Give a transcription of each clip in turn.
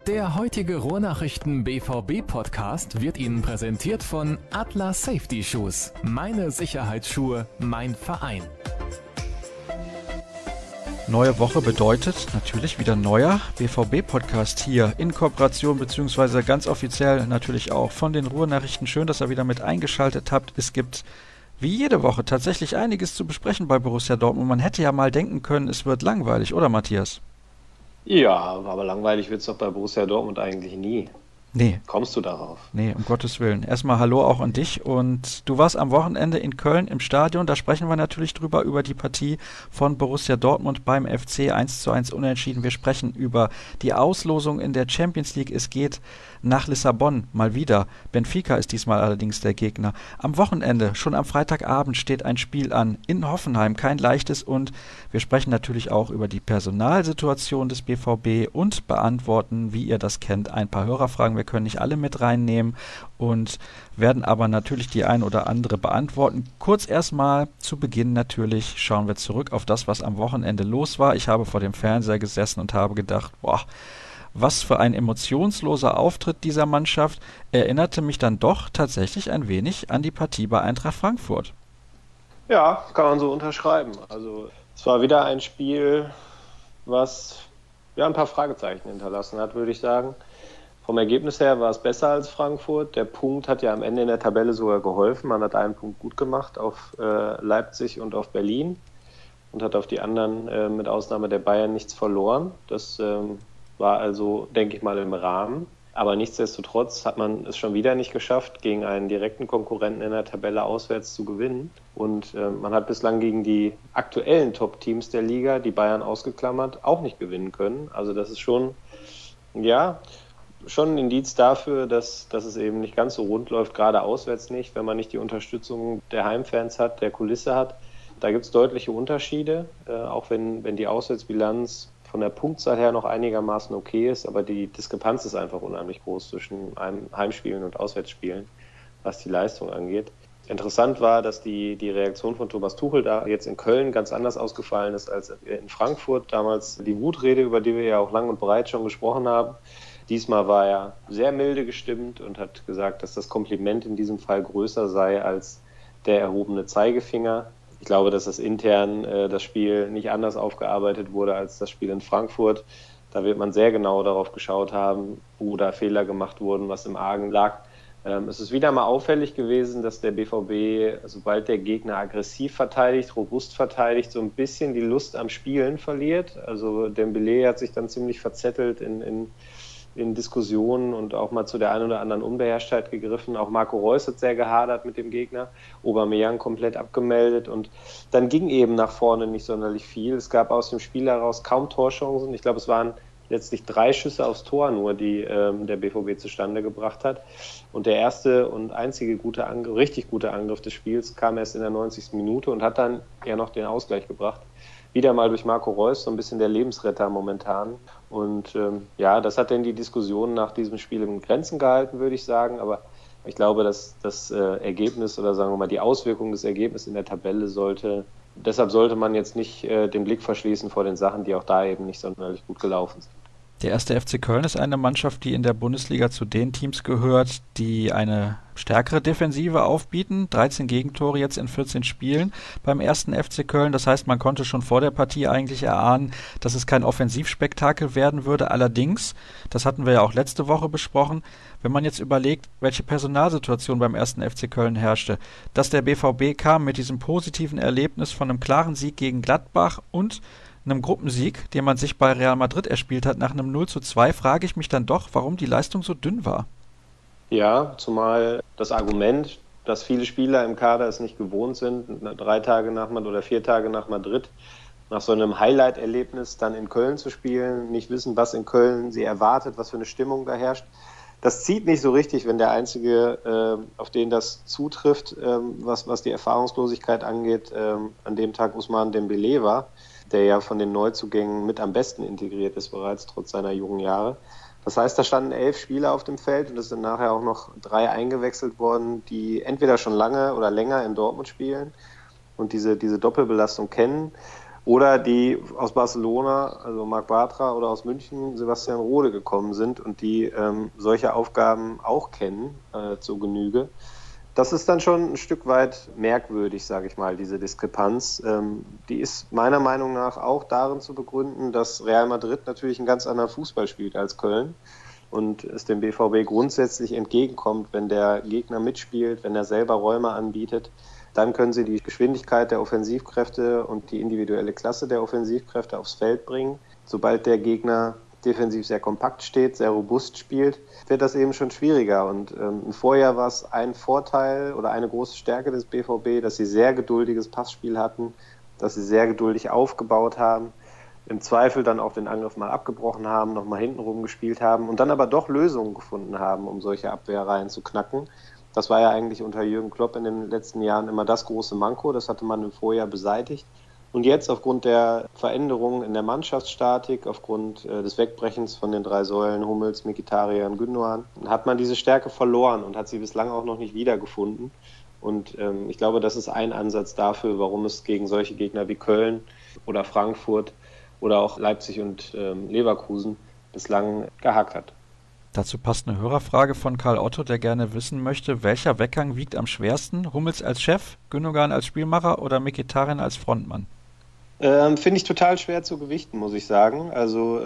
Der heutige Ruhrnachrichten BVB-Podcast wird Ihnen präsentiert von Atlas Safety Shoes. Meine Sicherheitsschuhe, mein Verein. Neue Woche bedeutet natürlich wieder neuer BVB-Podcast hier in Kooperation beziehungsweise ganz offiziell natürlich auch von den Ruhrnachrichten. Schön, dass ihr wieder mit eingeschaltet habt. Es gibt wie jede Woche tatsächlich einiges zu besprechen bei Borussia Dortmund. Man hätte ja mal denken können, es wird langweilig, oder Matthias? Ja, aber langweilig wird es doch bei Borussia Dortmund eigentlich nie. Nee. Kommst du darauf? Nee, um Gottes Willen. Erstmal Hallo auch an dich. Und du warst am Wochenende in Köln im Stadion. Da sprechen wir natürlich drüber, über die Partie von Borussia Dortmund beim FC 1:1 unentschieden. Wir sprechen über die Auslosung in der Champions League. Es geht nach Lissabon mal wieder. Benfica ist diesmal allerdings der Gegner. Am Wochenende, schon am Freitagabend, steht ein Spiel an in Hoffenheim. Kein leichtes. Und wir sprechen natürlich auch über die Personalsituation des BVB und beantworten, wie ihr das kennt, ein paar Hörerfragen. Wir können nicht alle mit reinnehmen und werden aber natürlich die ein oder andere beantworten. Kurz erstmal zu Beginn natürlich schauen wir zurück auf das, was am Wochenende los war. Ich habe vor dem Fernseher gesessen und habe gedacht, boah, was für ein emotionsloser Auftritt dieser Mannschaft, erinnerte mich dann doch tatsächlich ein wenig an die Partie bei Eintracht Frankfurt. Ja, kann man so unterschreiben. Also es war wieder ein Spiel, was ja ein paar Fragezeichen hinterlassen hat, würde ich sagen. Vom Ergebnis her war es besser als Frankfurt. Der Punkt hat ja am Ende in der Tabelle sogar geholfen. Man hat einen Punkt gut gemacht auf Leipzig und auf Berlin und hat auf die anderen mit Ausnahme der Bayern nichts verloren. Das war also, denke ich mal, im Rahmen. Aber nichtsdestotrotz hat man es schon wieder nicht geschafft, gegen einen direkten Konkurrenten in der Tabelle auswärts zu gewinnen. Und man hat bislang gegen die aktuellen Top-Teams der Liga, die Bayern ausgeklammert, auch nicht gewinnen können. Also das ist schon ein Indiz dafür, dass es eben nicht ganz so rund läuft, gerade auswärts nicht, wenn man nicht die Unterstützung der Heimfans hat, der Kulisse hat. Da gibt es deutliche Unterschiede, auch wenn die Auswärtsbilanz von der Punktzahl her noch einigermaßen okay ist, aber die Diskrepanz ist einfach unheimlich groß zwischen Heimspielen und Auswärtsspielen, was die Leistung angeht. Interessant war, dass die Reaktion von Thomas Tuchel da jetzt in Köln ganz anders ausgefallen ist als in Frankfurt. Damals die Wutrede, über die wir ja auch lang und breit schon gesprochen haben. Diesmal war er sehr milde gestimmt und hat gesagt, dass das Kompliment in diesem Fall größer sei als der erhobene Zeigefinger. Ich glaube, dass das intern das Spiel nicht anders aufgearbeitet wurde als das Spiel in Frankfurt. Da wird man sehr genau darauf geschaut haben, wo da Fehler gemacht wurden, was im Argen lag. Es ist wieder mal auffällig gewesen, dass der BVB, sobald der Gegner aggressiv verteidigt, robust verteidigt, so ein bisschen die Lust am Spielen verliert. Also Dembélé hat sich dann ziemlich verzettelt in Diskussionen und auch mal zu der einen oder anderen Unbeherrschtheit gegriffen. Auch Marco Reus hat sehr gehadert mit dem Gegner. Aubameyang komplett abgemeldet und dann ging eben nach vorne nicht sonderlich viel. Es gab aus dem Spiel heraus kaum Torchancen. Ich glaube, es waren letztlich 3 Schüsse aufs Tor nur, die der BVB zustande gebracht hat. Und der erste und einzige richtig gute Angriff des Spiels kam erst in der 90. Minute und hat dann ja noch den Ausgleich gebracht. Wieder mal durch Marco Reus, so ein bisschen der Lebensretter momentan. Und das hat dann die Diskussion nach diesem Spiel in Grenzen gehalten, würde ich sagen. Aber ich glaube, dass das Ergebnis oder sagen wir mal die Auswirkung des Ergebnisses in der Tabelle deshalb sollte man jetzt nicht den Blick verschließen vor den Sachen, die auch da eben nicht sonderlich gut gelaufen sind. Der 1. FC Köln ist eine Mannschaft, die in der Bundesliga zu den Teams gehört, die eine stärkere Defensive aufbieten. 13 Gegentore jetzt in 14 Spielen beim 1. FC Köln. Das heißt, man konnte schon vor der Partie eigentlich erahnen, dass es kein Offensivspektakel werden würde. Allerdings, das hatten wir ja auch letzte Woche besprochen, wenn man jetzt überlegt, welche Personalsituation beim 1. FC Köln herrschte, dass der BVB kam mit diesem positiven Erlebnis von einem klaren Sieg gegen Gladbach und einem Gruppensieg, den man sich bei Real Madrid erspielt hat, nach einem 0:2, frage ich mich dann doch, warum die Leistung so dünn war. Ja, zumal das Argument, dass viele Spieler im Kader es nicht gewohnt sind, 3 Tage nach Madrid oder 4 Tage nach Madrid, nach so einem Highlight-Erlebnis dann in Köln zu spielen, nicht wissen, was in Köln sie erwartet, was für eine Stimmung da herrscht. Das zieht nicht so richtig, wenn der Einzige, auf den das zutrifft, was die Erfahrungslosigkeit angeht, an dem Tag Ousmane Dembélé war, der ja von den Neuzugängen mit am besten integriert ist, bereits trotz seiner jungen Jahre. Das heißt, da standen 11 Spieler auf dem Feld und es sind nachher auch noch 3 eingewechselt worden, die entweder schon lange oder länger in Dortmund spielen und diese Doppelbelastung kennen. Oder die aus Barcelona, also Marc Bartra, oder aus München, Sebastian Rode gekommen sind und die solche Aufgaben auch kennen zur Genüge. Das ist dann schon ein Stück weit merkwürdig, sage ich mal, diese Diskrepanz. Die ist meiner Meinung nach auch darin zu begründen, dass Real Madrid natürlich einen ganz anderen Fußball spielt als Köln und es dem BVB grundsätzlich entgegenkommt, wenn der Gegner mitspielt, wenn er selber Räume anbietet. Dann können sie die Geschwindigkeit der Offensivkräfte und die individuelle Klasse der Offensivkräfte aufs Feld bringen. Sobald der Gegner defensiv sehr kompakt steht, sehr robust spielt, wird das eben schon schwieriger. Und im Vorjahr war es ein Vorteil oder eine große Stärke des BVB, dass sie sehr geduldiges Passspiel hatten, dass sie sehr geduldig aufgebaut haben, im Zweifel dann auch den Angriff mal abgebrochen haben, nochmal hintenrum gespielt haben und dann aber doch Lösungen gefunden haben, um solche Abwehrreihen zu knacken. Das war ja eigentlich unter Jürgen Klopp in den letzten Jahren immer das große Manko. Das hatte man im Vorjahr beseitigt. Und jetzt aufgrund der Veränderungen in der Mannschaftsstatik, aufgrund des Wegbrechens von den 3 Säulen Hummels, Mkhitaryan, Gündoğan, hat man diese Stärke verloren und hat sie bislang auch noch nicht wiedergefunden. Und ich glaube, das ist ein Ansatz dafür, warum es gegen solche Gegner wie Köln oder Frankfurt oder auch Leipzig und Leverkusen bislang gehakt hat. Dazu passt eine Hörerfrage von Karl Otto, der gerne wissen möchte, welcher Weggang wiegt am schwersten? Hummels als Chef, Gündoğan als Spielmacher oder Mkhitaryan als Frontmann? Finde ich total schwer zu gewichten, muss ich sagen. Also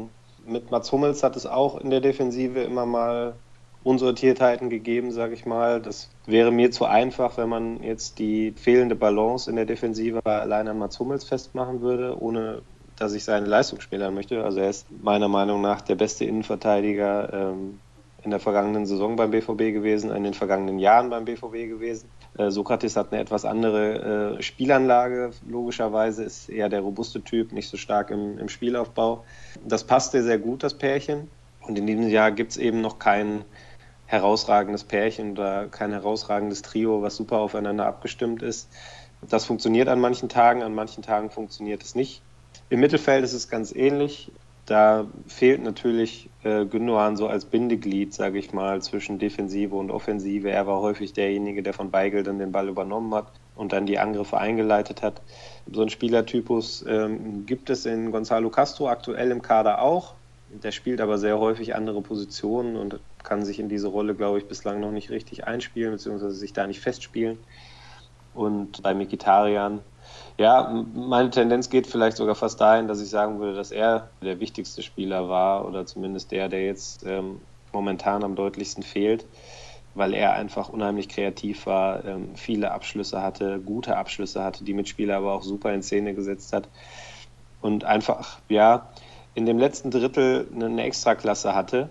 mit Mats Hummels hat es auch in der Defensive immer mal Unsortiertheiten gegeben, sage ich mal. Das wäre mir zu einfach, wenn man jetzt die fehlende Balance in der Defensive allein an Mats Hummels festmachen würde, ohne dass ich seine Leistung schmälern möchte. Also er ist meiner Meinung nach der beste Innenverteidiger in der vergangenen Saison beim BVB gewesen, in den vergangenen Jahren beim BVB gewesen. Sokrates hat eine etwas andere Spielanlage, logischerweise ist eher der robuste Typ, nicht so stark im Spielaufbau. Das passte sehr gut, das Pärchen. Und in diesem Jahr gibt es eben noch kein herausragendes Pärchen oder kein herausragendes Trio, was super aufeinander abgestimmt ist. Das funktioniert an manchen Tagen funktioniert es nicht. Im Mittelfeld ist es ganz ähnlich. Da fehlt natürlich Gündoğan so als Bindeglied, sage ich mal, zwischen Defensive und Offensive. Er war häufig derjenige, der von Weigl dann den Ball übernommen hat und dann die Angriffe eingeleitet hat. So einen Spielertypus gibt es in Gonzalo Castro aktuell im Kader auch. Der spielt aber sehr häufig andere Positionen und kann sich in diese Rolle, glaube ich, bislang noch nicht richtig einspielen, beziehungsweise sich da nicht festspielen. Und bei Mkhitaryan, ja, meine Tendenz geht vielleicht sogar fast dahin, dass ich sagen würde, dass er der wichtigste Spieler war oder zumindest der jetzt momentan am deutlichsten fehlt, weil er einfach unheimlich kreativ war, viele Abschlüsse hatte, gute Abschlüsse hatte, die Mitspieler aber auch super in Szene gesetzt hat und einfach, ja, in dem letzten Drittel eine Extraklasse hatte,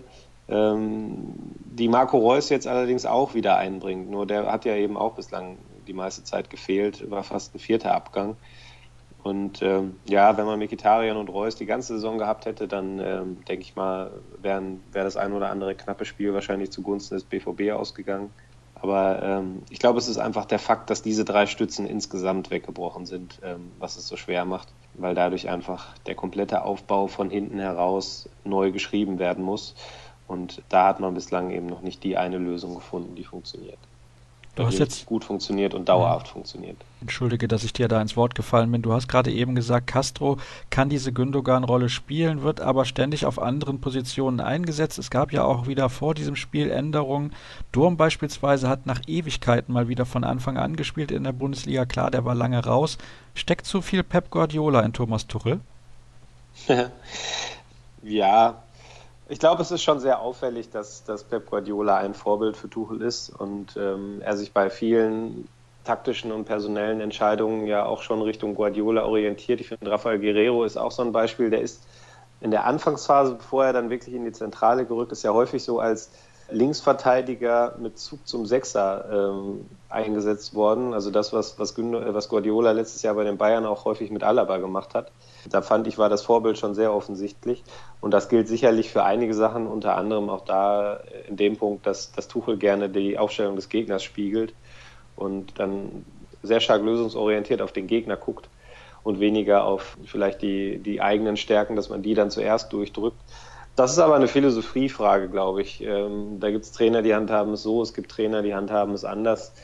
die Marco Reus jetzt allerdings auch wieder einbringt. Nur der hat ja eben auch bislang die meiste Zeit gefehlt, war fast ein 4. Abgang. Und ja, wenn man Mkhitaryan und Reus die ganze Saison gehabt hätte, dann denke ich mal, wäre das ein oder andere knappe Spiel wahrscheinlich zugunsten des BVB ausgegangen. Aber ich glaube, es ist einfach der Fakt, dass diese 3 Stützen insgesamt weggebrochen sind, was es so schwer macht, weil dadurch einfach der komplette Aufbau von hinten heraus neu geschrieben werden muss. Und da hat man bislang eben noch nicht die eine Lösung gefunden, die funktioniert. Du hast jetzt gut funktioniert und dauerhaft funktioniert. Entschuldige, dass ich dir da ins Wort gefallen bin. Du hast gerade eben gesagt, Castro kann diese Gündoğan-Rolle spielen, wird aber ständig auf anderen Positionen eingesetzt. Es gab ja auch wieder vor diesem Spiel Änderungen. Durm beispielsweise hat nach Ewigkeiten mal wieder von Anfang an gespielt in der Bundesliga. Klar, der war lange raus. Steckt zu viel Pep Guardiola in Thomas Tuchel? Ja, ich glaube, es ist schon sehr auffällig, dass Pep Guardiola ein Vorbild für Tuchel ist und er sich bei vielen taktischen und personellen Entscheidungen ja auch schon Richtung Guardiola orientiert. Ich finde, Rafael Guerreiro ist auch so ein Beispiel, der ist in der Anfangsphase, bevor er dann wirklich in die Zentrale gerückt ist, ja häufig so als Linksverteidiger mit Zug zum Sechser eingesetzt worden. Also das, was Guardiola letztes Jahr bei den Bayern auch häufig mit Alaba gemacht hat. Da fand ich, war das Vorbild schon sehr offensichtlich. Und das gilt sicherlich für einige Sachen, unter anderem auch da in dem Punkt, dass Tuchel gerne die Aufstellung des Gegners spiegelt und dann sehr stark lösungsorientiert auf den Gegner guckt und weniger auf vielleicht die eigenen Stärken, dass man die dann zuerst durchdrückt. Das ist aber eine Philosophiefrage, glaube ich. Da gibt es Trainer, die handhaben es so, es gibt Trainer, die handhaben es anders.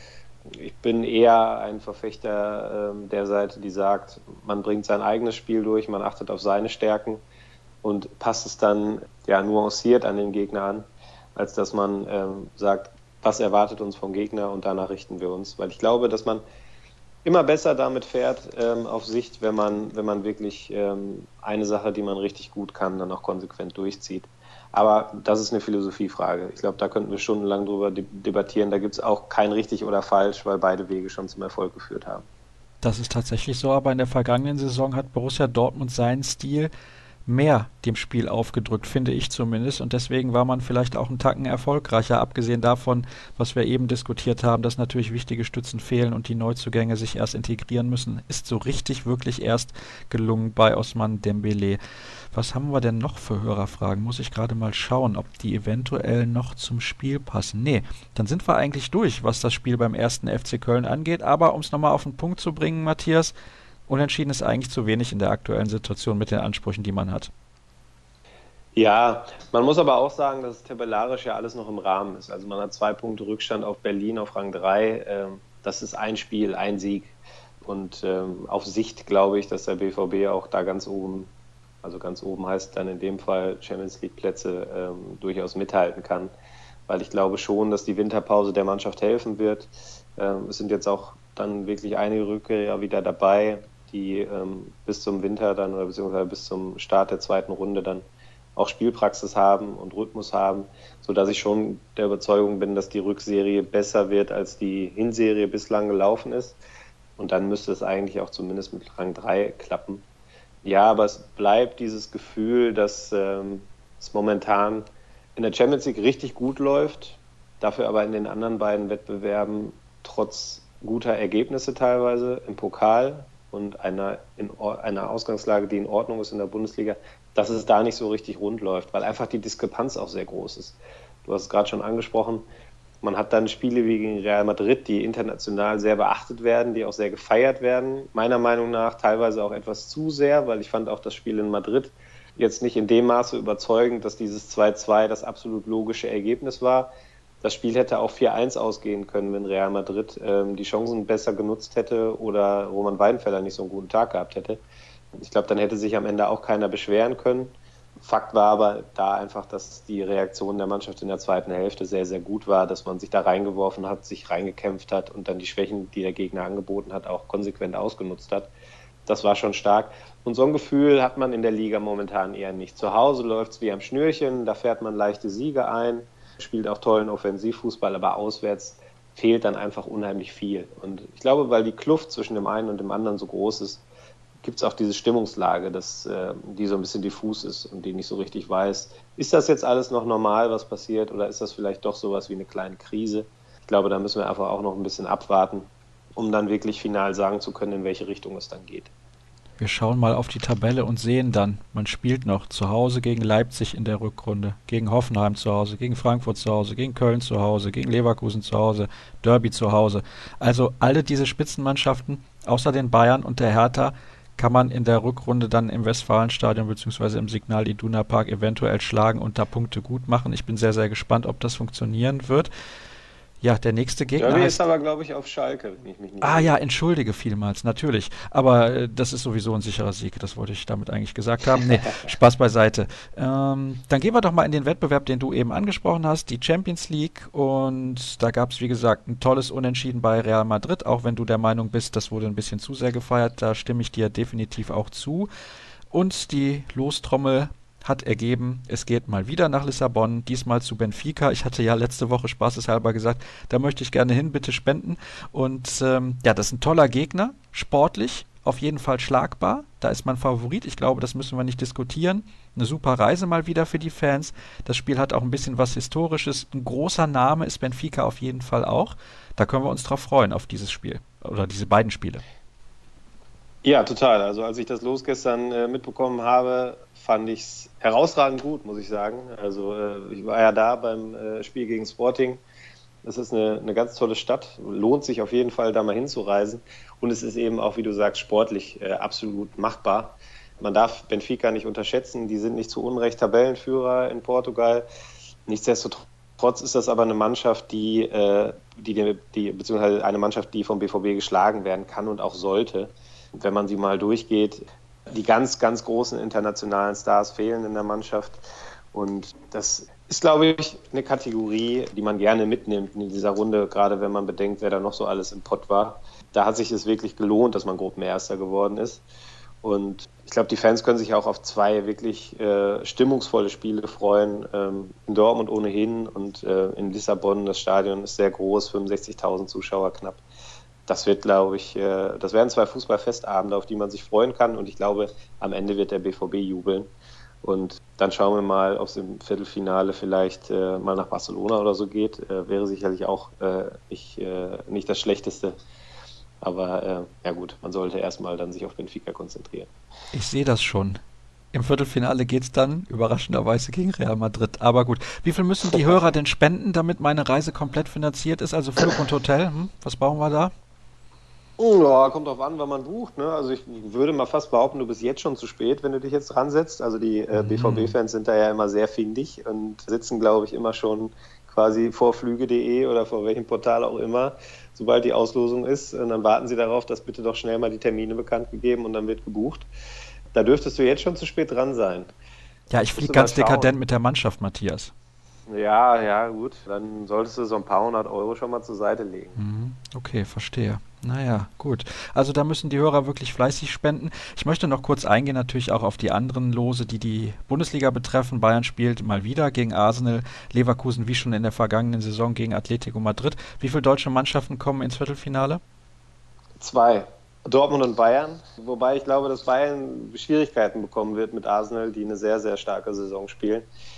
Ich bin eher ein Verfechter der Seite, die sagt, man bringt sein eigenes Spiel durch, man achtet auf seine Stärken und passt es dann nuanciert an den Gegner an, als dass man sagt, was erwartet uns vom Gegner und danach richten wir uns. Weil ich glaube, dass man immer besser damit fährt auf Sicht, wenn man wirklich eine Sache, die man richtig gut kann, dann auch konsequent durchzieht. Aber das ist eine Philosophiefrage. Ich glaube, da könnten wir stundenlang drüber debattieren. Da gibt es auch kein richtig oder falsch, weil beide Wege schon zum Erfolg geführt haben. Das ist tatsächlich so, aber in der vergangenen Saison hat Borussia Dortmund seinen Stil mehr dem Spiel aufgedrückt, finde ich zumindest. Und deswegen war man vielleicht auch einen Tacken erfolgreicher, abgesehen davon, was wir eben diskutiert haben, dass natürlich wichtige Stützen fehlen und die Neuzugänge sich erst integrieren müssen, ist so richtig wirklich erst gelungen bei Ousmane Dembélé. Was haben wir denn noch für Hörerfragen? Muss ich gerade mal schauen, ob die eventuell noch zum Spiel passen. Nee, dann sind wir eigentlich durch, was das Spiel beim 1. FC Köln angeht. Aber um es nochmal auf den Punkt zu bringen, Matthias, Unentschieden ist eigentlich zu wenig in der aktuellen Situation mit den Ansprüchen, die man hat. Ja, man muss aber auch sagen, dass es tabellarisch ja alles noch im Rahmen ist. Also man hat 2 Punkte Rückstand auf Berlin auf Rang 3. Das ist ein Spiel, ein Sieg. Und auf Sicht glaube ich, dass der BVB auch da ganz oben, also ganz oben heißt dann in dem Fall Champions League Plätze, durchaus mithalten kann. Weil ich glaube schon, dass die Winterpause der Mannschaft helfen wird. Es sind jetzt auch dann wirklich einige Rückkehrer wieder dabei, die bis zum Winter dann oder beziehungsweise bis zum Start der 2. Runde dann auch Spielpraxis haben und Rhythmus haben, sodass ich schon der Überzeugung bin, dass die Rückserie besser wird, als die Hinserie bislang gelaufen ist. Und dann müsste es eigentlich auch zumindest mit Rang 3 klappen. Ja, aber es bleibt dieses Gefühl, dass es momentan in der Champions League richtig gut läuft, dafür aber in den anderen beiden Wettbewerben trotz guter Ergebnisse teilweise im Pokal und einer Ausgangslage, die in Ordnung ist in der Bundesliga, dass es da nicht so richtig rund läuft, weil einfach die Diskrepanz auch sehr groß ist. Du hast es gerade schon angesprochen, man hat dann Spiele wie gegen Real Madrid, die international sehr beachtet werden, die auch sehr gefeiert werden. Meiner Meinung nach teilweise auch etwas zu sehr, weil ich fand auch das Spiel in Madrid jetzt nicht in dem Maße überzeugend, dass dieses 2-2 das absolut logische Ergebnis war. Das Spiel hätte auch 4-1 ausgehen können, wenn Real Madrid die Chancen besser genutzt hätte oder Roman Weidenfeller nicht so einen guten Tag gehabt hätte. Ich glaube, dann hätte sich am Ende auch keiner beschweren können. Fakt war aber da einfach, dass die Reaktion der Mannschaft in der zweiten Hälfte sehr, sehr gut war, dass man sich da reingeworfen hat, sich reingekämpft hat und dann die Schwächen, die der Gegner angeboten hat, auch konsequent ausgenutzt hat. Das war schon stark. Und so ein Gefühl hat man in der Liga momentan eher nicht. Zu Hause läuft es wie am Schnürchen, da fährt man leichte Siege ein, spielt auch tollen Offensivfußball, aber auswärts fehlt dann einfach unheimlich viel. Und ich glaube, weil die Kluft zwischen dem einen und dem anderen so groß ist, gibt es auch diese Stimmungslage, die so ein bisschen diffus ist und die nicht so richtig weiß, ist das jetzt alles noch normal, was passiert, oder ist das vielleicht doch sowas wie eine kleine Krise? Ich glaube, da müssen wir einfach auch noch ein bisschen abwarten, um dann wirklich final sagen zu können, in welche Richtung es dann geht. Wir schauen mal auf die Tabelle und sehen dann, man spielt noch zu Hause gegen Leipzig in der Rückrunde, gegen Hoffenheim zu Hause, gegen Frankfurt zu Hause, gegen Köln zu Hause, gegen Leverkusen zu Hause, Derby zu Hause. Also alle diese Spitzenmannschaften, außer den Bayern und der Hertha, kann man in der Rückrunde dann im Westfalenstadion bzw. im Signal Iduna Park eventuell schlagen und da Punkte gut machen. Ich bin sehr, sehr gespannt, ob das funktionieren wird. Ja, der nächste Gegner Derby ist aber, glaube ich, auf Schalke, wenn ich mich nicht ja, entschuldige vielmals, natürlich. Aber das ist sowieso ein sicherer Sieg, das wollte ich damit eigentlich gesagt haben. Nee, Spaß beiseite. Dann gehen wir doch mal in den Wettbewerb, den du eben angesprochen hast, die Champions League. Und da gab es, wie gesagt, ein tolles Unentschieden bei Real Madrid, auch wenn du der Meinung bist, das wurde ein bisschen zu sehr gefeiert. Da stimme ich dir definitiv auch zu. Und die Lostrommel hat ergeben, es geht mal wieder nach Lissabon, diesmal zu Benfica. Ich hatte ja letzte Woche spaßeshalber gesagt, da möchte ich gerne hin, bitte spenden. Und das ist ein toller Gegner, sportlich, auf jeden Fall schlagbar. Da ist man Favorit, ich glaube, das müssen wir nicht diskutieren. Eine super Reise mal wieder für die Fans. Das Spiel hat auch ein bisschen was Historisches. Ein großer Name ist Benfica auf jeden Fall auch. Da können wir uns drauf freuen, auf dieses Spiel oder diese beiden Spiele. Ja, total. Also als ich das Los gestern mitbekommen habe, fand ich es herausragend gut, muss ich sagen. Also ich war ja da beim Spiel gegen Sporting. Das ist eine ganz tolle Stadt. Lohnt sich auf jeden Fall, da mal hinzureisen. Und es ist eben auch, wie du sagst, sportlich absolut machbar. Man darf Benfica nicht unterschätzen. Die sind nicht zu Unrecht Tabellenführer in Portugal. Nichtsdestotrotz Nichtsdestotrotz ist das aber eine Mannschaft, beziehungsweise eine Mannschaft, die vom BVB geschlagen werden kann und auch sollte. Wenn man sie mal durchgeht, die ganz, ganz großen internationalen Stars fehlen in der Mannschaft. Und das ist, glaube ich, eine Kategorie, die man gerne mitnimmt in dieser Runde, gerade wenn man bedenkt, wer da noch so alles im Pott war. Da hat sich es wirklich gelohnt, dass man Gruppenerster geworden ist. Und ich glaube, die Fans können sich auch auf 2 wirklich stimmungsvolle Spiele freuen. In Dortmund ohnehin und in Lissabon, das Stadion ist sehr groß, 65.000 Zuschauer knapp. Das wird, glaube ich, das werden 2 Fußballfestabende, auf die man sich freuen kann. Und ich glaube, am Ende wird der BVB jubeln. Und dann schauen wir mal, ob es im Viertelfinale vielleicht mal nach Barcelona oder so geht. Wäre sicherlich auch nicht das Schlechteste. Aber ja gut, man sollte erstmal dann sich auf Benfica konzentrieren. Ich sehe das schon. Im Viertelfinale geht es dann überraschenderweise gegen Real Madrid. Aber gut, wie viel müssen die Hörer denn spenden, damit meine Reise komplett finanziert ist? Also Flug und Hotel, was brauchen wir da? Ja, kommt drauf an, wann man bucht. Ne? Also ich würde mal fast behaupten, du bist jetzt schon zu spät, wenn du dich jetzt dran setzt. Also die BVB-Fans sind da ja immer sehr findig und sitzen, glaube ich, immer schon quasi vor flüge.de oder vor welchem Portal auch immer, sobald die Auslosung ist. Und dann warten sie darauf, dass bitte doch schnell mal die Termine bekannt gegeben und dann wird gebucht. Da dürftest du jetzt schon zu spät dran sein. Ja, ich fliege ganz dekadent mit der Mannschaft, Matthias. Ja, gut. Dann solltest du so ein paar 100 Euro schon mal zur Seite legen. Okay, verstehe. Naja, gut. Also da müssen die Hörer wirklich fleißig spenden. Ich möchte noch kurz eingehen natürlich auch auf die anderen Lose, die die Bundesliga betreffen. Bayern spielt mal wieder gegen Arsenal, Leverkusen wie schon in der vergangenen Saison gegen Atletico Madrid. Wie viele deutsche Mannschaften kommen ins Viertelfinale? 2. Dortmund und Bayern. Wobei ich glaube, dass Bayern Schwierigkeiten bekommen wird mit Arsenal, die eine sehr, sehr starke Saison spielen.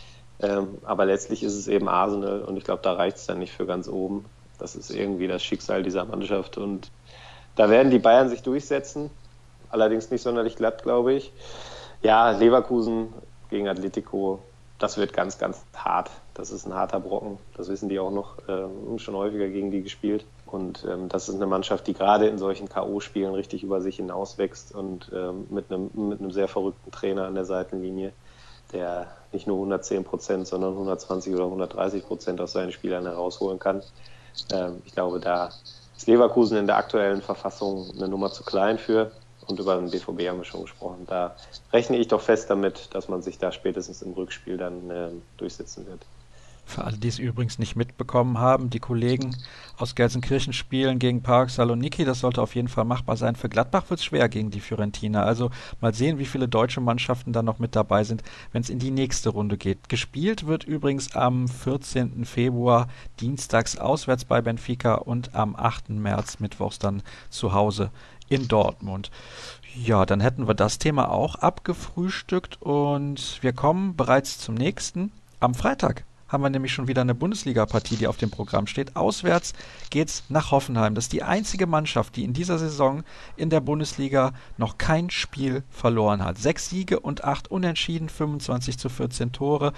Aber letztlich ist es eben Arsenal und ich glaube, da reicht es dann nicht für ganz oben. Das ist irgendwie das Schicksal dieser Mannschaft und da werden die Bayern sich durchsetzen, allerdings nicht sonderlich glatt, glaube ich. Ja, Leverkusen gegen Atletico, das wird ganz, ganz hart. Das ist ein harter Brocken, das wissen die auch noch, schon häufiger gegen die gespielt. Und das ist eine Mannschaft, die gerade in solchen K.O.-Spielen richtig über sich hinauswächst und mit einem sehr verrückten Trainer an der Seitenlinie, der nicht nur 110%, sondern 120 oder 130% aus seinen Spielern herausholen kann. Ich glaube, da ist Leverkusen in der aktuellen Verfassung eine Nummer zu klein für. Und über den BVB haben wir schon gesprochen. Da rechne ich doch fest damit, dass man sich da spätestens im Rückspiel dann durchsetzen wird. Für alle, die es übrigens nicht mitbekommen haben, die Kollegen aus Gelsenkirchen spielen gegen PAOK Saloniki. Das sollte auf jeden Fall machbar sein. Für Gladbach wird es schwer gegen die Fiorentina. Also mal sehen, wie viele deutsche Mannschaften da noch mit dabei sind, wenn es in die nächste Runde geht. Gespielt wird übrigens am 14. Februar dienstags auswärts bei Benfica und am 8. März mittwochs dann zu Hause in Dortmund. Ja, dann hätten wir das Thema auch abgefrühstückt und wir kommen bereits zum nächsten. Am Freitag haben wir nämlich schon wieder eine Bundesliga-Partie, die auf dem Programm steht. Auswärts geht's nach Hoffenheim. Das ist die einzige Mannschaft, die in dieser Saison in der Bundesliga noch kein Spiel verloren hat. 6 Siege und 8 Unentschieden, 25:14 Tore.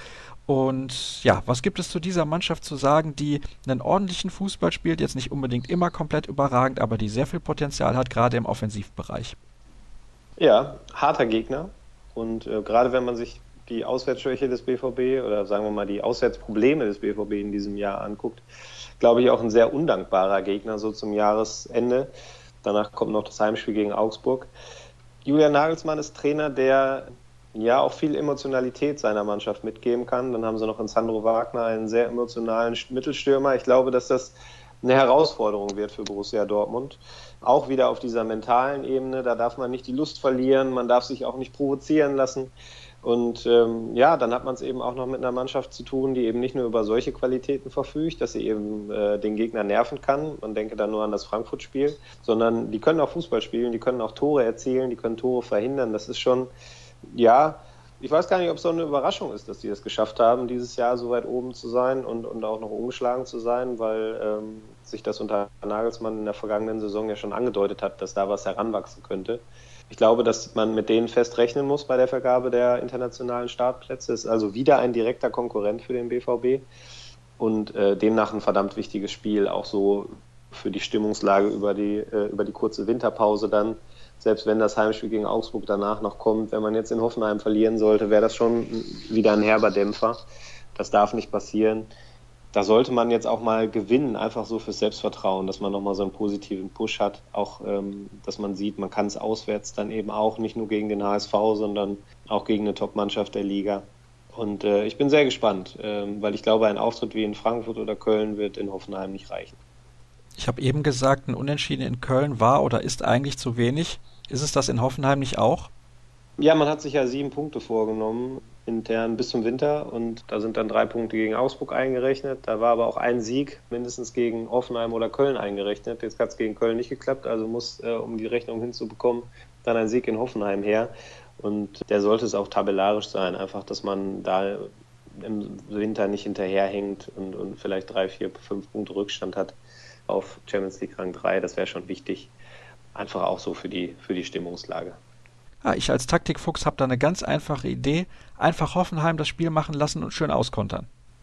Und ja, was gibt es zu dieser Mannschaft zu sagen, die einen ordentlichen Fußball spielt, jetzt nicht unbedingt immer komplett überragend, aber die sehr viel Potenzial hat, gerade im Offensivbereich? Ja, harter Gegner. Und gerade wenn man sich die Auswärtsschwäche des BVB oder sagen wir mal die Auswärtsprobleme des BVB in diesem Jahr anguckt, glaube ich auch ein sehr undankbarer Gegner so zum Jahresende. Danach kommt noch das Heimspiel gegen Augsburg. Julian Nagelsmann ist Trainer, der ja auch viel Emotionalität seiner Mannschaft mitgeben kann. Dann haben sie noch in Sandro Wagner einen sehr emotionalen Mittelstürmer. Ich glaube, dass das eine Herausforderung wird für Borussia Dortmund. Auch wieder auf dieser mentalen Ebene, da darf man nicht die Lust verlieren, man darf sich auch nicht provozieren lassen. Und dann hat man es eben auch noch mit einer Mannschaft zu tun, die eben nicht nur über solche Qualitäten verfügt, dass sie eben den Gegner nerven kann. Man denke da nur an das Frankfurt-Spiel, sondern die können auch Fußball spielen, die können auch Tore erzielen, die können Tore verhindern. Das ist schon, ich weiß gar nicht, ob es so eine Überraschung ist, dass die es geschafft haben, dieses Jahr so weit oben zu sein und auch noch ungeschlagen zu sein, weil sich das unter Nagelsmann in der vergangenen Saison ja schon angedeutet hat, dass da was heranwachsen könnte. Ich glaube, dass man mit denen fest rechnen muss bei der Vergabe der internationalen Startplätze. Es ist also wieder ein direkter Konkurrent für den BVB und demnach ein verdammt wichtiges Spiel, auch so für die Stimmungslage über die kurze Winterpause dann. Selbst wenn das Heimspiel gegen Augsburg danach noch kommt, wenn man jetzt in Hoffenheim verlieren sollte, wäre das schon wieder ein herber Dämpfer. Das darf nicht passieren. da sollte man jetzt auch mal gewinnen, einfach so fürs Selbstvertrauen, dass man nochmal so einen positiven Push hat. Auch, dass man sieht, man kann es auswärts dann eben auch, nicht nur gegen den HSV, sondern auch gegen eine Top-Mannschaft der Liga. Und ich bin sehr gespannt, weil ich glaube, ein Auftritt wie in Frankfurt oder Köln wird in Hoffenheim nicht reichen. Ich habe eben gesagt, ein Unentschieden in Köln war oder ist eigentlich zu wenig. Ist es das in Hoffenheim nicht auch? Ja, man hat sich ja 7 Punkte vorgenommen, intern bis zum Winter, und da sind dann 3 Punkte gegen Augsburg eingerechnet. Da war aber auch ein Sieg mindestens gegen Hoffenheim oder Köln eingerechnet. Jetzt hat es gegen Köln nicht geklappt, also muss, um die Rechnung hinzubekommen, dann ein Sieg in Hoffenheim her. Und der sollte es auch tabellarisch sein, einfach, dass man da im Winter nicht hinterherhängt und vielleicht 3, 4, 5 Punkte Rückstand hat auf Champions League Rang 3. Das wäre schon wichtig, einfach auch so für die Stimmungslage. Ich als Taktikfuchs habe da eine ganz einfache Idee. Einfach Hoffenheim das Spiel machen lassen und schön auskontern.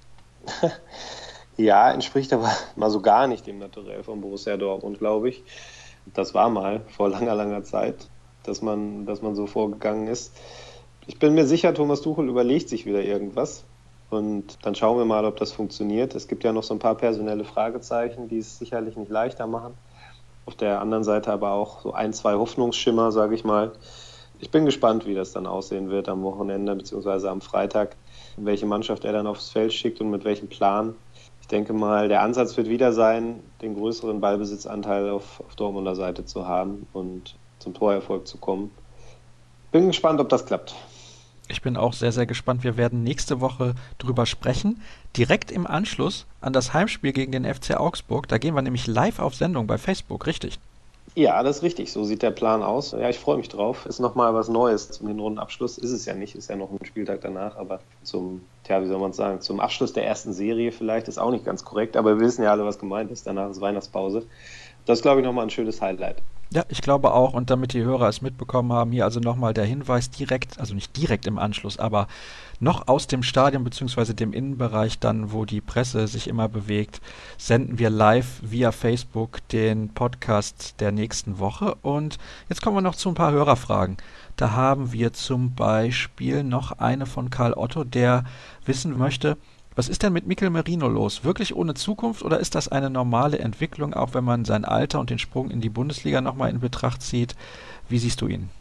Ja, entspricht aber mal so gar nicht dem Naturell von Borussia Dortmund, glaube ich. Das war mal vor langer Zeit, dass man so vorgegangen ist. Ich bin mir sicher, Thomas Tuchel überlegt sich wieder irgendwas. Und dann schauen wir mal, ob das funktioniert. Es gibt ja noch so ein paar personelle Fragezeichen, die es sicherlich nicht leichter machen. Auf der anderen Seite aber auch so 1, 2 Hoffnungsschimmer, sage ich mal. Ich bin gespannt, wie das dann aussehen wird am Wochenende bzw. am Freitag, welche Mannschaft er dann aufs Feld schickt und mit welchem Plan. Ich denke mal, der Ansatz wird wieder sein, den größeren Ballbesitzanteil auf Dortmunder Seite zu haben und zum Torerfolg zu kommen. Bin gespannt, ob das klappt. Ich bin auch sehr, sehr gespannt. Wir werden nächste Woche drüber sprechen. Direkt im Anschluss an das Heimspiel gegen den FC Augsburg. Da gehen wir nämlich live auf Sendung bei Facebook, richtig? Ja, das ist richtig. So sieht der Plan aus. Ja, ich freue mich drauf. Ist nochmal was Neues zum Hinrundenabschluss. Ist es ja nicht. Ist ja noch ein Spieltag danach. Aber zum Abschluss der ersten Serie vielleicht ist auch nicht ganz korrekt. Aber wir wissen ja alle, was gemeint ist. Danach ist Weihnachtspause. Das ist, glaube ich, nochmal ein schönes Highlight. Ja, ich glaube auch. Und damit die Hörer es mitbekommen haben, hier also nochmal der Hinweis direkt, also nicht direkt im Anschluss, aber noch aus dem Stadion bzw. dem Innenbereich dann, wo die Presse sich immer bewegt, senden wir live via Facebook den Podcast der nächsten Woche. Und jetzt kommen wir noch zu ein paar Hörerfragen. Da haben wir zum Beispiel noch eine von Karl Otto, der wissen möchte, was ist denn mit Mikel Merino los? Wirklich ohne Zukunft oder ist das eine normale Entwicklung, auch wenn man sein Alter und den Sprung in die Bundesliga nochmal in Betracht zieht? Wie siehst du ihn?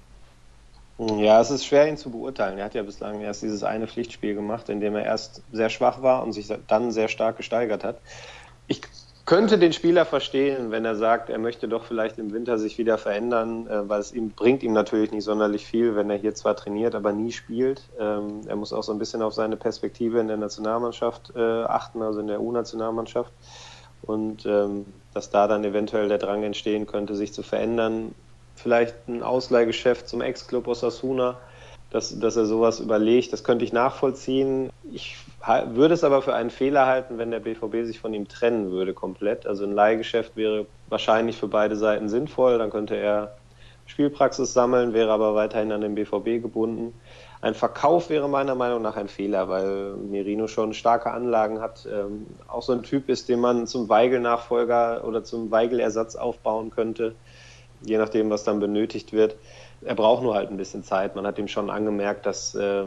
Ja, es ist schwer, ihn zu beurteilen. Er hat ja bislang erst dieses eine Pflichtspiel gemacht, in dem er erst sehr schwach war und sich dann sehr stark gesteigert hat. Ich könnte den Spieler verstehen, wenn er sagt, er möchte doch vielleicht im Winter sich wieder verändern, weil es bringt ihm natürlich nicht sonderlich viel, wenn er hier zwar trainiert, aber nie spielt. Er muss auch so ein bisschen auf seine Perspektive in der Nationalmannschaft achten, also in der U-Nationalmannschaft. Und dass da dann eventuell der Drang entstehen könnte, sich zu verändern. Vielleicht ein Ausleihgeschäft zum Ex-Club Osasuna, dass er sowas überlegt, das könnte ich nachvollziehen. Ich würde es aber für einen Fehler halten, wenn der BVB sich von ihm trennen würde komplett. Also ein Leihgeschäft wäre wahrscheinlich für beide Seiten sinnvoll, dann könnte er Spielpraxis sammeln, wäre aber weiterhin an den BVB gebunden. Ein Verkauf wäre meiner Meinung nach ein Fehler, weil Merino schon starke Anlagen hat, auch so ein Typ ist, den man zum Weigl-Nachfolger oder zum Weigl-Ersatz aufbauen könnte, je nachdem, was dann benötigt wird. Er braucht nur halt ein bisschen Zeit. Man hat ihm schon angemerkt, dass er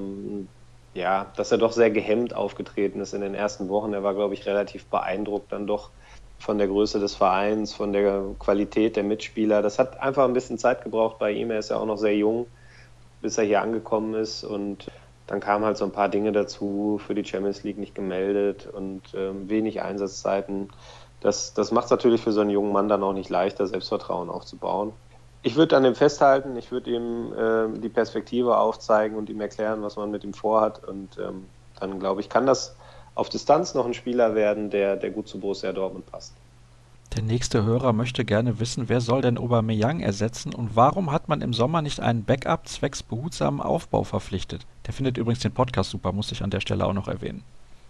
doch sehr gehemmt aufgetreten ist in den ersten Wochen. Er war, glaube ich, relativ beeindruckt dann doch von der Größe des Vereins, von der Qualität der Mitspieler. Das hat einfach ein bisschen Zeit gebraucht bei ihm. Er ist ja auch noch sehr jung, bis er hier angekommen ist. Und dann kamen halt so ein paar Dinge dazu, für die Champions League nicht gemeldet und wenig Einsatzzeiten. Das macht es natürlich für so einen jungen Mann dann auch nicht leichter, Selbstvertrauen aufzubauen. Ich würde an ihm festhalten, ich würde ihm die Perspektive aufzeigen und ihm erklären, was man mit ihm vorhat. Und dann, glaube ich, kann das auf Distanz noch ein Spieler werden, der gut zu Borussia Dortmund passt. Der nächste Hörer möchte gerne wissen, wer soll denn Aubameyang ersetzen und warum hat man im Sommer nicht einen Backup zwecks behutsamen Aufbau verpflichtet? Der findet übrigens den Podcast super, muss ich an der Stelle auch noch erwähnen.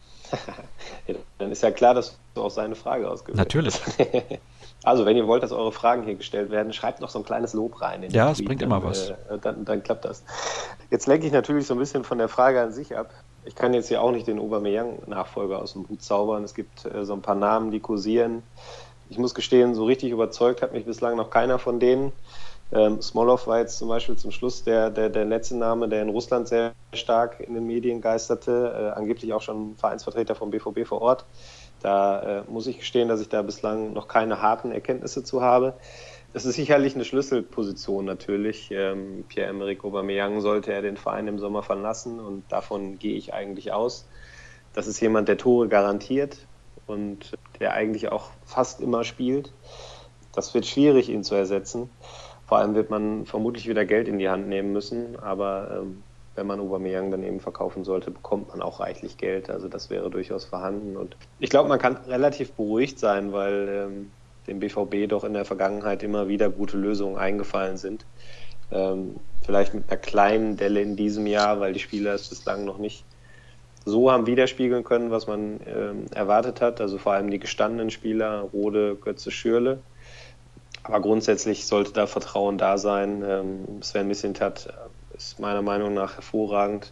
Ja, dann ist ja klar, dass du auch seine Frage ausgewählt hast. Natürlich. Also, wenn ihr wollt, dass eure Fragen hier gestellt werden, schreibt noch so ein kleines Lob rein. In ja, es bringt immer was. Dann klappt das. Jetzt lenke ich natürlich so ein bisschen von der Frage an sich ab. Ich kann jetzt hier auch nicht den Aubameyang-Nachfolger aus dem Hut zaubern. Es gibt so ein paar Namen, die kursieren. Ich muss gestehen, so richtig überzeugt hat mich bislang noch keiner von denen. Smolov war jetzt zum Beispiel zum Schluss der letzte Name, der in Russland sehr stark in den Medien geisterte. Angeblich auch schon Vereinsvertreter vom BVB vor Ort. Da muss ich gestehen, dass ich da bislang noch keine harten Erkenntnisse zu habe. Das ist sicherlich eine Schlüsselposition natürlich. Pierre-Emerick Aubameyang sollte er den Verein im Sommer verlassen und davon gehe ich eigentlich aus. Das ist jemand, der Tore garantiert und der eigentlich auch fast immer spielt. Das wird schwierig, ihn zu ersetzen. Vor allem wird man vermutlich wieder Geld in die Hand nehmen müssen, aber wenn man Aubameyang dann eben verkaufen sollte, bekommt man auch reichlich Geld. Also das wäre durchaus vorhanden. Und ich glaube, man kann relativ beruhigt sein, weil dem BVB doch in der Vergangenheit immer wieder gute Lösungen eingefallen sind. Vielleicht mit einer kleinen Delle in diesem Jahr, weil die Spieler es bislang noch nicht so haben widerspiegeln können, was man erwartet hat. Also vor allem die gestandenen Spieler, Rode, Götze, Schürrle. Aber grundsätzlich sollte da Vertrauen da sein. Sven Mislintat ist meiner Meinung nach hervorragend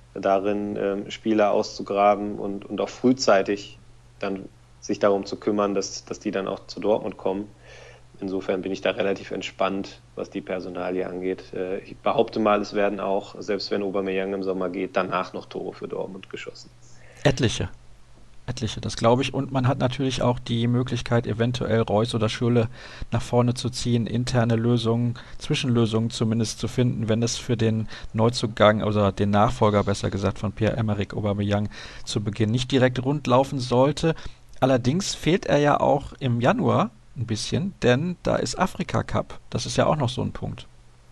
darin, Spieler auszugraben und auch frühzeitig dann sich darum zu kümmern, dass die dann auch zu Dortmund kommen. Insofern bin ich da relativ entspannt, was die Personalie angeht. Ich behaupte mal, es werden auch, selbst wenn Aubameyang im Sommer geht, danach noch Tore für Dortmund geschossen. Etliche, das glaube ich. Und man hat natürlich auch die Möglichkeit, eventuell Reus oder Schürrle nach vorne zu ziehen, interne Lösungen, Zwischenlösungen zumindest zu finden, wenn es für den Neuzugang oder den Nachfolger, besser gesagt, von Pierre-Emerick Aubameyang zu Beginn nicht direkt rund laufen sollte. Allerdings fehlt er ja auch im Januar ein bisschen, denn da ist Afrika Cup. Das ist ja auch noch so ein Punkt.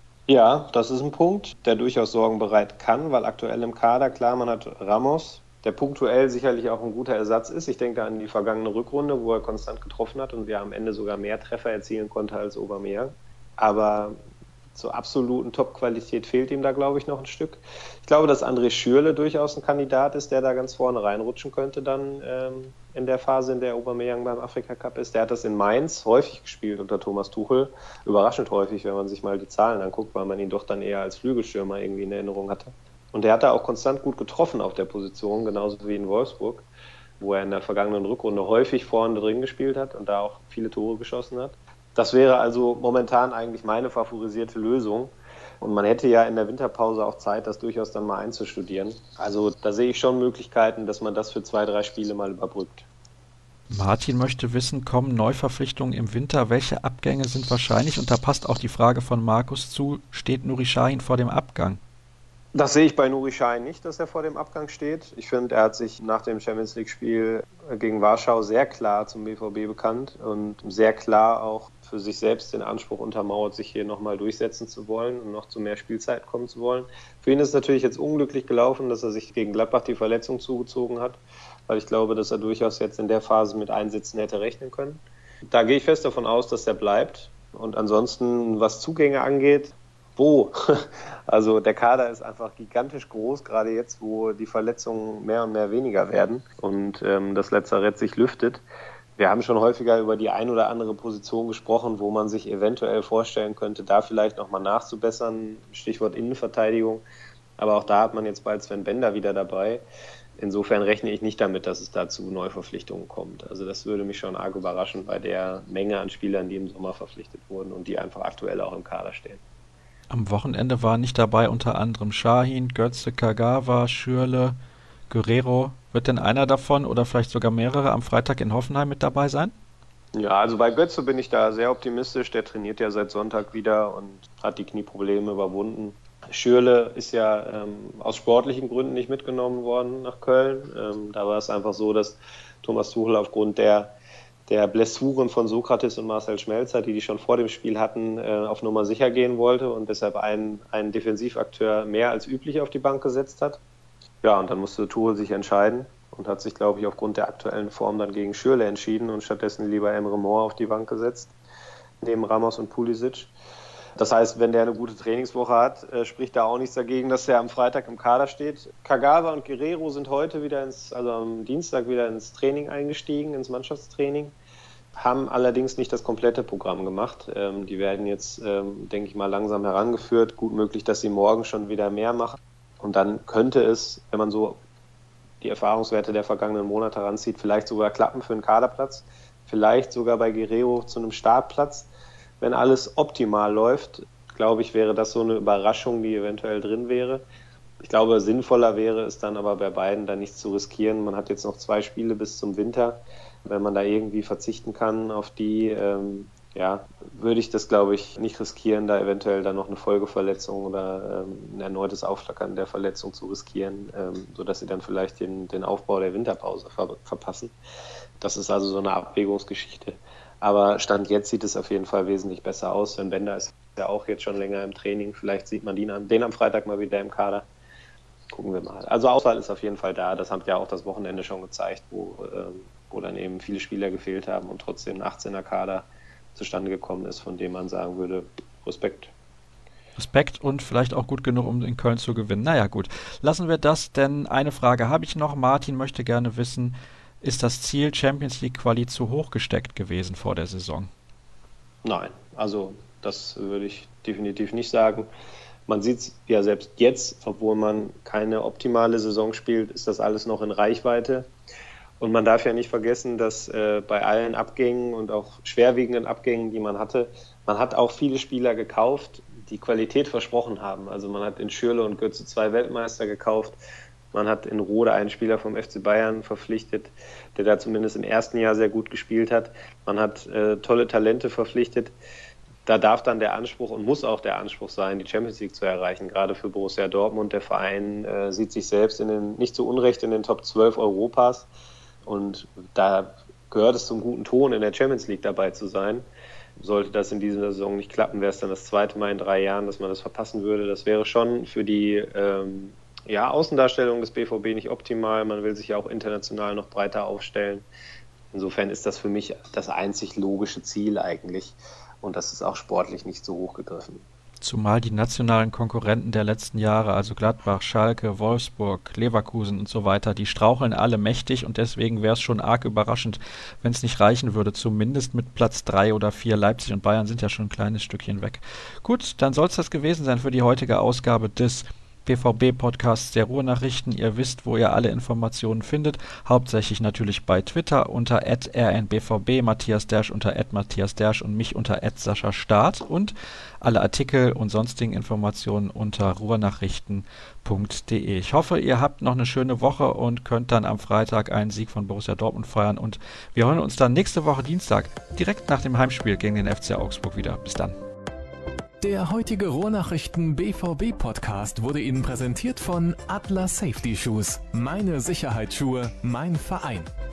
Ja, das ist ein Punkt, der durchaus Sorgen bereiten kann, weil aktuell im Kader, klar, man hat Ramos, der punktuell sicherlich auch ein guter Ersatz ist. Ich denke an die vergangene Rückrunde, wo er konstant getroffen hat und wer am Ende sogar mehr Treffer erzielen konnte als Aubameyang. Aber zur absoluten Top-Qualität fehlt ihm da, glaube ich, noch ein Stück. Ich glaube, dass André Schürrle durchaus ein Kandidat ist, der da ganz vorne reinrutschen könnte dann in der Phase, in der Aubameyang beim Afrika Cup ist. Der hat das in Mainz häufig gespielt unter Thomas Tuchel. Überraschend häufig, wenn man sich mal die Zahlen anguckt, weil man ihn doch dann eher als Flügelstürmer irgendwie in Erinnerung hatte. Und der hat da auch konstant gut getroffen auf der Position, genauso wie in Wolfsburg, wo er in der vergangenen Rückrunde häufig vorne drin gespielt hat und da auch viele Tore geschossen hat. Das wäre also momentan eigentlich meine favorisierte Lösung. Und man hätte ja in der Winterpause auch Zeit, das durchaus dann mal einzustudieren. Also da sehe ich schon Möglichkeiten, dass man das für 2-3 Spiele mal überbrückt. Martin möchte wissen, kommen Neuverpflichtungen im Winter? Welche Abgänge sind wahrscheinlich? Und da passt auch die Frage von Markus zu, steht Nuri Sahin vor dem Abgang? Das sehe ich bei Nuri Sahin nicht, dass er vor dem Abgang steht. Ich finde, er hat sich nach dem Champions-League-Spiel gegen Warschau sehr klar zum BVB bekannt und sehr klar auch für sich selbst den Anspruch untermauert, sich hier nochmal durchsetzen zu wollen und noch zu mehr Spielzeit kommen zu wollen. Für ihn ist es natürlich jetzt unglücklich gelaufen, dass er sich gegen Gladbach die Verletzung zugezogen hat, weil ich glaube, dass er durchaus jetzt in der Phase mit Einsätzen hätte rechnen können. Da gehe ich fest davon aus, dass er bleibt. Und ansonsten, was Zugänge angeht, wo? Also der Kader ist einfach gigantisch groß, gerade jetzt, wo die Verletzungen mehr und mehr weniger werden und das Lazarett sich lüftet. Wir haben schon häufiger über die ein oder andere Position gesprochen, wo man sich eventuell vorstellen könnte, da vielleicht nochmal nachzubessern. Stichwort Innenverteidigung. Aber auch da hat man jetzt bald Sven Bender wieder dabei. Insofern rechne ich nicht damit, dass es da zu Neuverpflichtungen kommt. Also das würde mich schon arg überraschen bei der Menge an Spielern, die im Sommer verpflichtet wurden und die einfach aktuell auch im Kader stehen. Am Wochenende waren nicht dabei unter anderem Sahin, Götze, Kagawa, Schürrle, Guerreiro. Wird denn einer davon oder vielleicht sogar mehrere am Freitag in Hoffenheim mit dabei sein? Ja, also bei Götze bin ich da sehr optimistisch. Der trainiert ja seit Sonntag wieder und hat die Knieprobleme überwunden. Schürrle ist ja aus sportlichen Gründen nicht mitgenommen worden nach Köln. Da war es einfach so, dass Thomas Tuchel aufgrund der Blessuren von Sokrates und Marcel Schmelzer, die schon vor dem Spiel hatten, auf Nummer sicher gehen wollte und deshalb einen Defensivakteur mehr als üblich auf die Bank gesetzt hat. Ja, und dann musste Tuchel sich entscheiden und hat sich, glaube ich, aufgrund der aktuellen Form dann gegen Schürrle entschieden und stattdessen lieber Emre Mor auf die Bank gesetzt, neben Ramos und Pulisic. Das heißt, wenn der eine gute Trainingswoche hat, spricht da auch nichts dagegen, dass er am Freitag im Kader steht. Kagawa und Guerreiro sind heute am Dienstag wieder ins Training eingestiegen, ins Mannschaftstraining, haben allerdings nicht das komplette Programm gemacht. Die werden jetzt, denke ich mal, langsam herangeführt. Gut möglich, dass sie morgen schon wieder mehr machen. Und dann könnte es, wenn man so die Erfahrungswerte der vergangenen Monate heranzieht, vielleicht sogar klappen für einen Kaderplatz, vielleicht sogar bei Guerreiro zu einem Startplatz. Wenn alles optimal läuft, glaube ich, wäre das so eine Überraschung, die eventuell drin wäre. Ich glaube, sinnvoller wäre es dann aber bei beiden dann nichts zu riskieren. Man hat jetzt noch 2 Spiele bis zum Winter. Wenn man da irgendwie verzichten kann auf die, würde ich das, glaube ich, nicht riskieren, da eventuell dann noch eine Folgeverletzung oder ein erneutes Aufflackern der Verletzung zu riskieren, sodass sie dann vielleicht den Aufbau der Winterpause verpassen. Das ist also so eine Abwägungsgeschichte. Aber Stand jetzt sieht es auf jeden Fall wesentlich besser aus. Sven Bender ist ja auch jetzt schon länger im Training. Vielleicht sieht man den am Freitag mal wieder im Kader. Gucken wir mal. Also Auswahl ist auf jeden Fall da. Das hat ja auch das Wochenende schon gezeigt, wo dann eben viele Spieler gefehlt haben und trotzdem ein 18er Kader zustande gekommen ist, von dem man sagen würde, Respekt. Respekt und vielleicht auch gut genug, um in Köln zu gewinnen. Naja, gut. Lassen wir das, denn eine Frage habe ich noch. Martin möchte gerne wissen, ist das Ziel Champions League Quali zu hoch gesteckt gewesen vor der Saison? Nein, also das würde ich definitiv nicht sagen. Man sieht es ja selbst jetzt, obwohl man keine optimale Saison spielt, ist das alles noch in Reichweite. Und man darf ja nicht vergessen, dass bei allen Abgängen und auch schwerwiegenden Abgängen, die man hatte, man hat auch viele Spieler gekauft, die Qualität versprochen haben. Also man hat in Schürrle und Götze 2 Weltmeister gekauft. Man hat in Rode einen Spieler vom FC Bayern verpflichtet, der da zumindest im ersten Jahr sehr gut gespielt hat. Man hat tolle Talente verpflichtet. Da darf dann der Anspruch und muss auch der Anspruch sein, die Champions League zu erreichen, gerade für Borussia Dortmund. Der Verein sieht sich selbst nicht zu Unrecht in den Top 12 Europas. Und da gehört es zum guten Ton, in der Champions League dabei zu sein. Sollte das in dieser Saison nicht klappen, wäre es dann das 2. Mal in 3 Jahren, dass man das verpassen würde. Das wäre schon für die Außendarstellung des BVB nicht optimal. Man will sich ja auch international noch breiter aufstellen. Insofern ist das für mich das einzig logische Ziel eigentlich. Und das ist auch sportlich nicht so hoch gegriffen. Zumal die nationalen Konkurrenten der letzten Jahre, also Gladbach, Schalke, Wolfsburg, Leverkusen und so weiter, die straucheln alle mächtig und deswegen wäre es schon arg überraschend, wenn es nicht reichen würde, zumindest mit Platz 3 oder 4. Leipzig und Bayern sind ja schon ein kleines Stückchen weg. Gut, dann soll es das gewesen sein für die heutige Ausgabe des BVB-Podcasts der Ruhrnachrichten. Ihr wisst, wo ihr alle Informationen findet. Hauptsächlich natürlich bei Twitter unter @rnbvb, Matthias Dersch unter @Matthias Dersch und mich unter @SaschaStaat und alle Artikel und sonstigen Informationen unter ruhrnachrichten.de. Ich hoffe, ihr habt noch eine schöne Woche und könnt dann am Freitag einen Sieg von Borussia Dortmund feiern und wir hören uns dann nächste Woche Dienstag direkt nach dem Heimspiel gegen den FC Augsburg wieder. Bis dann. Der heutige Ruhrnachrichten BVB Podcast wurde Ihnen präsentiert von Adler Safety Shoes. Meine Sicherheitsschuhe, mein Verein.